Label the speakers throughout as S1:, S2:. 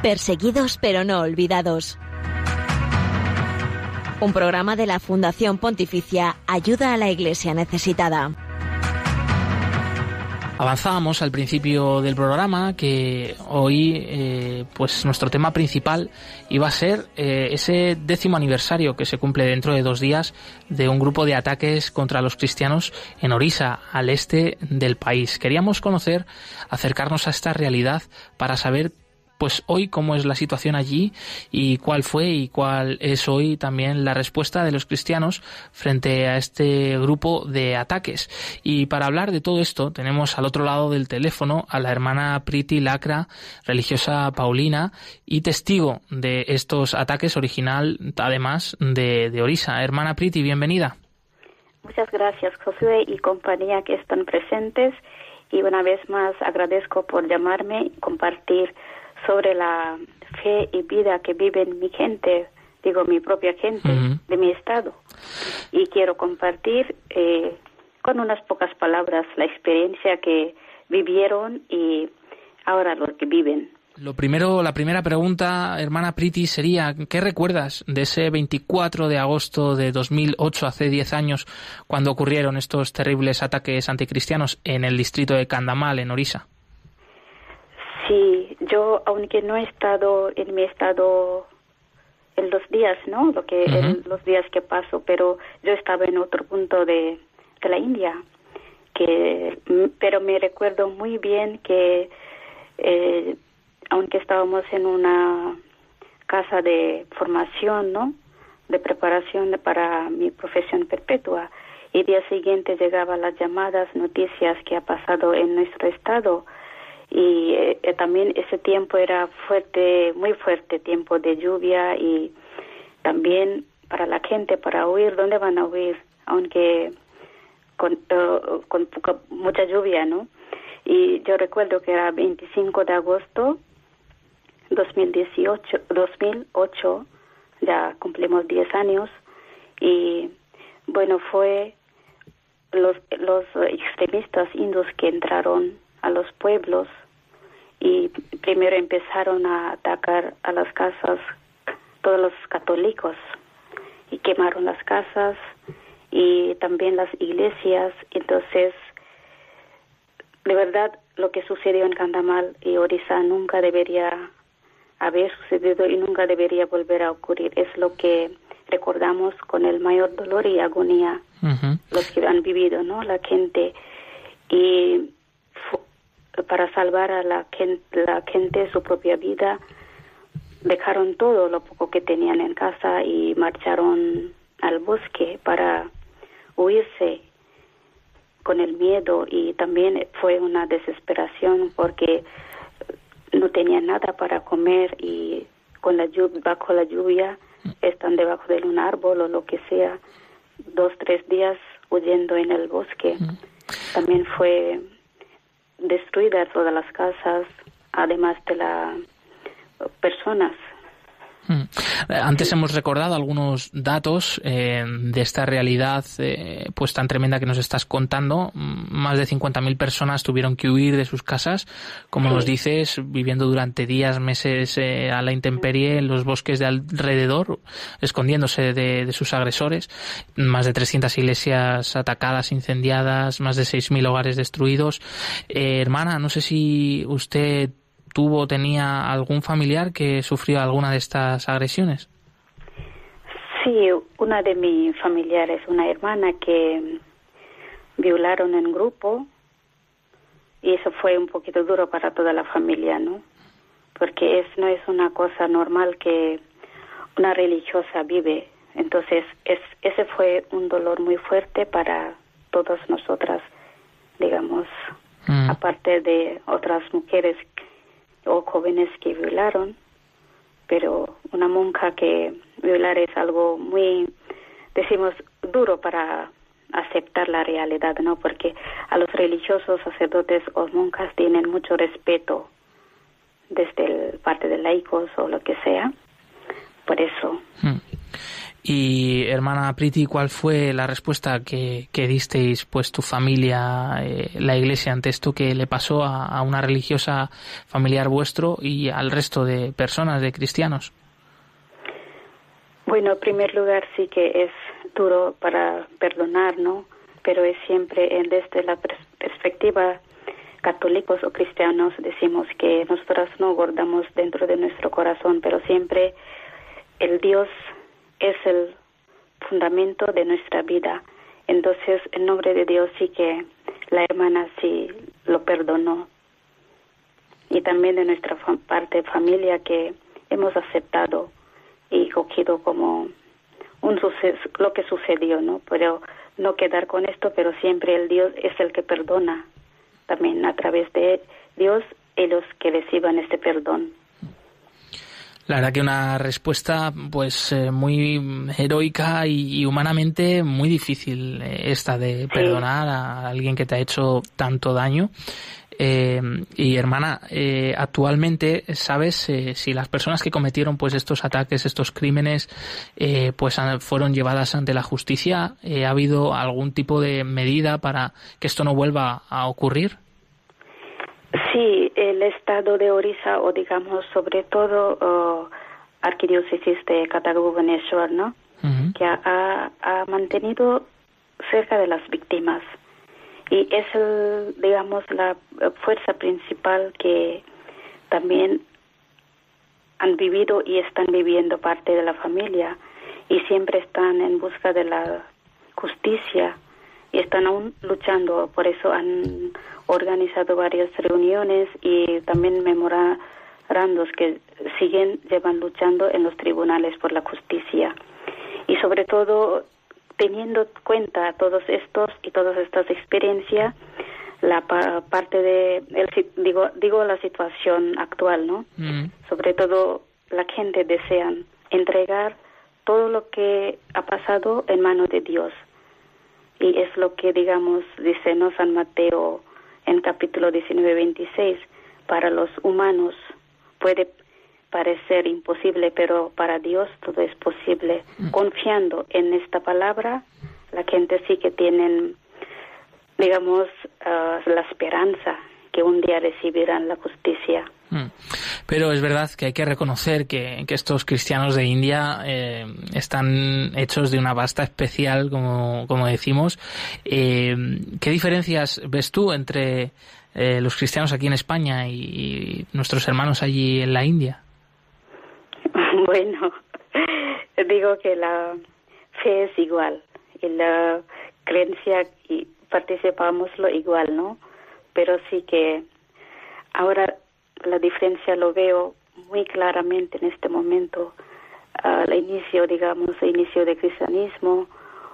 S1: Perseguidos pero no olvidados. Un programa de la Fundación Pontificia Ayuda a la Iglesia Necesitada.
S2: Avanzábamos al principio del programa que hoy pues nuestro tema principal iba a ser ese 10º aniversario que se cumple dentro de 2 días de un grupo de ataques contra los cristianos en Orissa, al este del país. Queríamos conocer, acercarnos a esta realidad para saber pues hoy cómo es la situación allí y cuál fue y cuál es hoy también la respuesta de los cristianos frente a este grupo de ataques. Y para hablar de todo esto tenemos al otro lado del teléfono a la hermana Priti Lakra, religiosa paulina y testigo de estos ataques, original además de Orissa. Hermana Priti, bienvenida.
S3: Muchas gracias, Josué y compañía que están presentes, y una vez más agradezco por llamarme y compartir sobre la fe y vida que viven mi gente, mi propia gente de mi estado. Y quiero compartir con unas pocas palabras la experiencia que vivieron y ahora lo que viven.
S2: La primera pregunta, hermana Priti, sería, ¿qué recuerdas de ese 24 de agosto de 2008, hace 10 años, cuando ocurrieron estos terribles ataques anticristianos en el distrito de Kandhamal, en Orissa?
S3: Sí, yo, aunque no he estado en mi estado en los días, ¿no? Los días que paso, pero yo estaba en otro punto de la India, pero me recuerdo muy bien que aunque estábamos en una casa de formación, ¿no? De preparación para mi profesión perpetua, y día siguiente llegaban las llamadas, noticias que ha pasado en nuestro estado. Y también ese tiempo era fuerte, muy fuerte, tiempo de lluvia, y también para la gente, para huir, ¿dónde van a huir? Aunque con mucha lluvia, ¿no? Y yo recuerdo que era 25 de agosto 2008, ya cumplimos 10 años, y bueno, fue los extremistas hindúes que entraron a los pueblos y primero empezaron a atacar a las casas, todos los católicos, y quemaron las casas y también las iglesias. Entonces, de verdad, lo que sucedió en Kandhamal y Orissa nunca debería haber sucedido y nunca debería volver a ocurrir. Es lo que recordamos con el mayor dolor y agonía, los que han vivido, ¿no? La gente. Y para salvar a la gente su propia vida, dejaron todo lo poco que tenían en casa y marcharon al bosque para huirse con el miedo, y también fue una desesperación porque no tenían nada para comer, y con la bajo la lluvia están debajo de un árbol o lo que sea, 2-3 días huyendo en el bosque. También fue destruidas todas las casas, además de las personas.
S2: Antes hemos recordado algunos datos de esta realidad pues tan tremenda que nos estás contando. Más de 50.000 personas tuvieron que huir de sus casas, como nos dices, viviendo durante días, meses a la intemperie en los bosques de alrededor, escondiéndose de sus agresores. Más de 300 iglesias atacadas, incendiadas, más de 6.000 hogares destruidos. Hermana, no sé si usted tenía algún familiar que sufrió alguna de estas agresiones.
S3: Sí, una de mis familiares, una hermana que violaron en grupo, y eso fue un poquito duro para toda la familia, ¿no? Porque no es una cosa normal que una religiosa vive. Entonces, ese fue un dolor muy fuerte para todas nosotras, digamos, aparte de otras mujeres o jóvenes que violaron, pero una monja que violar es algo muy, decimos, duro para aceptar la realidad, ¿no? Porque a los religiosos, sacerdotes o monjas tienen mucho respeto desde parte de laicos o lo que sea, por eso.
S2: Y hermana Priti, ¿cuál fue la respuesta que disteis, pues tu familia, la Iglesia, ante esto que le pasó a una religiosa familiar vuestro y al resto de personas, de cristianos?
S3: Bueno, en primer lugar sí que es duro para perdonar, ¿no? Pero es siempre desde la perspectiva católicos o cristianos decimos que nosotras no guardamos dentro de nuestro corazón, pero siempre el Dios es el fundamento de nuestra vida. Entonces, en nombre de Dios sí que la hermana sí lo perdonó. Y también de nuestra parte familia que hemos aceptado y cogido como un suceso, lo que sucedió, ¿no? Pero no quedar con esto, pero siempre el Dios es el que perdona. También a través de Dios, ellos que reciban este perdón.
S2: La verdad que una respuesta pues muy heroica y humanamente muy difícil esta de perdonar a alguien que te ha hecho tanto daño. Y hermana, actualmente, ¿sabes si las personas que cometieron pues estos ataques, estos crímenes, pues fueron llevadas ante la justicia? ¿Ha habido algún tipo de medida para que esto no vuelva a ocurrir?
S3: Sí, el estado de Orissa, o digamos sobre todo arquidiócesis de Katha-Bhubaneswar, ¿no? Uh-huh. Que ha mantenido cerca de las víctimas. Y es, digamos, la fuerza principal que también han vivido y están viviendo parte de la familia. Y siempre están en busca de la justicia y están aún luchando. Por eso han organizado varias reuniones y también memorandos que llevan luchando en los tribunales por la justicia. Y sobre todo, teniendo en cuenta todos estos y todas estas experiencias, la parte de digo la situación actual, ¿no? Sobre todo la gente desean entregar todo lo que ha pasado en manos de Dios. Y es lo que, digamos, dice, ¿no?, San Mateo en capítulo 19:26, para los humanos puede parecer imposible, pero para Dios todo es posible. Confiando en esta palabra, la gente sí que tienen, digamos, la esperanza que un día recibirán la justicia.
S2: Pero es verdad que hay que reconocer que estos cristianos de India están hechos de una pasta especial, como decimos. ¿Qué diferencias ves tú entre los cristianos aquí en España y nuestros hermanos allí en la India?
S3: Bueno, digo que la fe es igual y la creencia y participamos lo igual, ¿no? Pero sí que ahora la diferencia lo veo muy claramente en este momento. El inicio del cristianismo,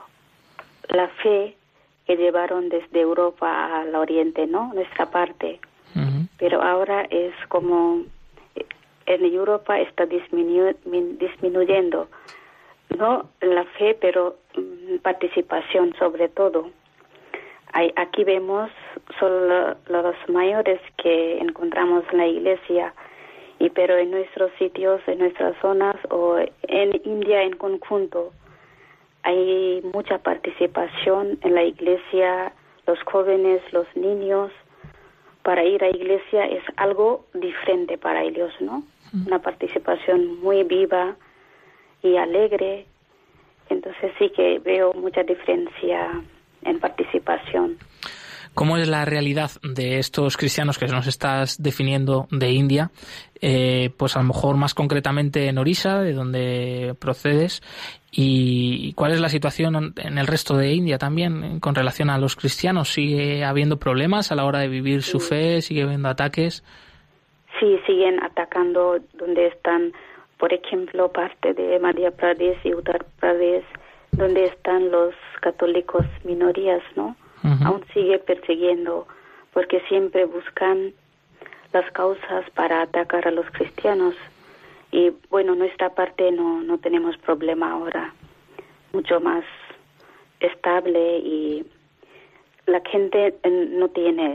S3: la fe que llevaron desde Europa al Oriente, ¿no? Nuestra parte. Uh-huh. Pero ahora es como en Europa está disminuyendo, no la fe, pero participación sobre todo. Aquí vemos solo los mayores que encontramos en la iglesia, pero en nuestros sitios, en nuestras zonas o en India en conjunto hay mucha participación en la iglesia, los jóvenes, los niños. Para ir a iglesia es algo diferente para ellos, ¿no? Una participación muy viva y alegre. Entonces sí que veo mucha diferencia en participación.
S2: ¿Cómo es la realidad de estos cristianos que nos estás definiendo de India? Pues a lo mejor más concretamente en Orissa, de donde procedes, y ¿cuál es la situación en el resto de India también con relación a los cristianos? ¿Sigue habiendo problemas a la hora de vivir su fe? ¿Sigue habiendo ataques?
S3: Sí, siguen atacando donde están, por ejemplo, parte de Madhya Pradesh y Uttar Pradesh, donde están los católicos minorías, ¿no? Uh-huh. Aún sigue persiguiendo, porque siempre buscan las causas para atacar a los cristianos. Y bueno, nuestra parte no tenemos problema ahora, mucho más estable, y la gente no tiene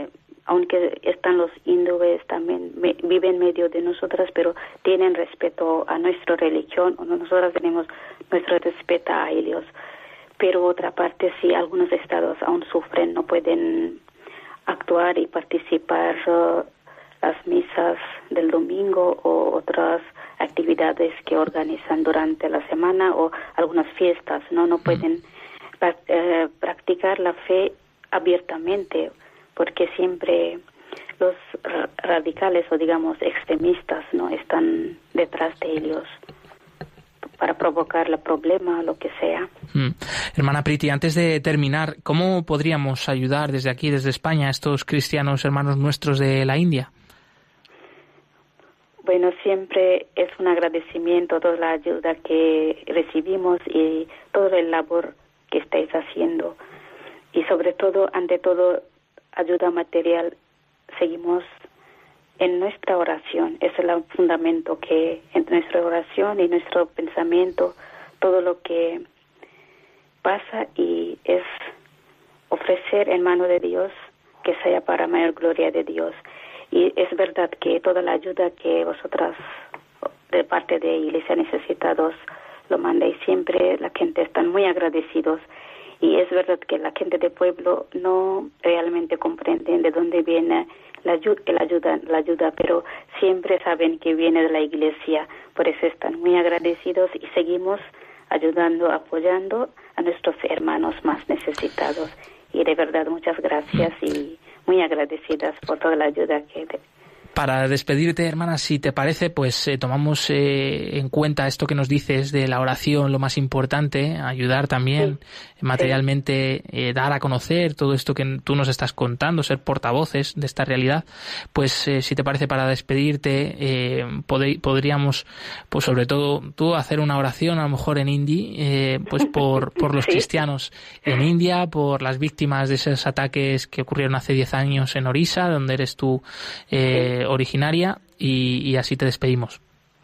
S3: aunque están los hindúes también viven en medio de nosotras, pero tienen respeto a nuestra religión, nosotras tenemos nuestro respeto a ellos. Pero otra parte, sí, algunos estados aún sufren, no pueden actuar y participar las misas del domingo o otras actividades que organizan durante la semana o algunas fiestas, no pueden practicar la fe abiertamente, porque siempre los radicales o digamos extremistas no están detrás de ellos para provocar el problema, lo que sea.
S2: Hermana Priti, antes de terminar, ¿cómo podríamos ayudar desde aquí, desde España, a estos cristianos hermanos nuestros de la India?
S3: Bueno, siempre es un agradecimiento toda la ayuda que recibimos y todo el labor que estáis haciendo. Y sobre todo, ante todo, ayuda material. Seguimos en nuestra oración. Es el fundamento que en nuestra oración y nuestro pensamiento, todo lo que pasa y es ofrecer en mano de Dios que sea para mayor gloria de Dios. Y es verdad que toda la ayuda que vosotras de parte de Iglesia Necesitados lo mandáis siempre, la gente están muy agradecidos. Y es verdad que la gente del pueblo no realmente comprende de dónde viene la ayuda, pero siempre saben que viene de la Iglesia. Por eso están muy agradecidos y seguimos ayudando, apoyando a nuestros hermanos más necesitados. Y de verdad muchas gracias y muy agradecidas por toda la ayuda que...
S2: Para despedirte, hermana, si te parece, pues tomamos en cuenta esto que nos dices de la oración, lo más importante, ayudar también materialmente, dar a conocer todo esto que tú nos estás contando, ser portavoces de esta realidad. Pues si te parece, para despedirte, podríamos, pues sobre todo tú, hacer una oración, a lo mejor en hindi, pues por los cristianos en India, por las víctimas de esos ataques que ocurrieron hace 10 años en Orissa, donde eres tú originaria, y así te despedimos.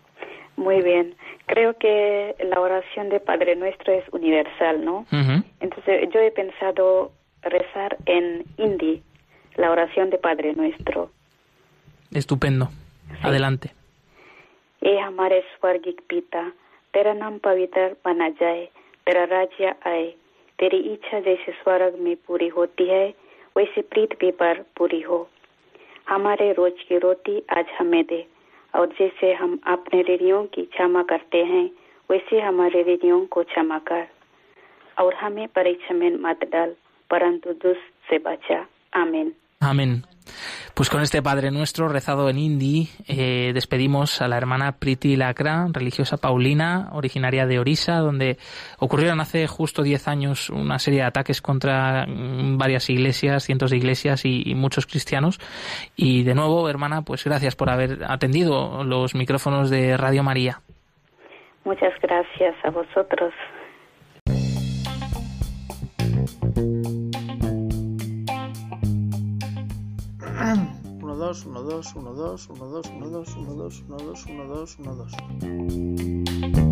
S3: Muy bien. Creo que la oración de Padre Nuestro es universal, ¿no? Uh-huh. Entonces yo he pensado rezar en hindi, la oración de Padre Nuestro.
S2: Estupendo. Sí. Adelante.
S3: Hamare Swargik Pita, Tera Naam Pavitr Bana Jaye, Tera Rajya Aaye, Teri Ichha Jaise Swarg Mein Puri Hoti Hai, वैसे प्रीत भी पर पूरी हो. हमारे रोज की रोटी आज हमें दे, और जैसे हम अपने ऋणियों की क्षमा करते हैं वैसे हमारे ऋणियों को क्षमा कर, और हमें परीक्षा में मत डाल परंतु दुष्ट से बचा. Amén.
S2: Amén. Pues con este Padre Nuestro rezado en hindi despedimos a la hermana Priti Lakra, religiosa paulina, originaria de Orissa, donde ocurrieron hace justo 10 años una serie de ataques contra varias iglesias, cientos de iglesias y muchos cristianos. Y de nuevo, hermana, pues gracias por haber atendido los micrófonos de Radio María.
S3: Muchas gracias a vosotros.
S4: Uno, dos, 1, 2, 1, 2, 1, 2, 1, 2, 1, 2, 1, 2, 1, 2, 1, 2.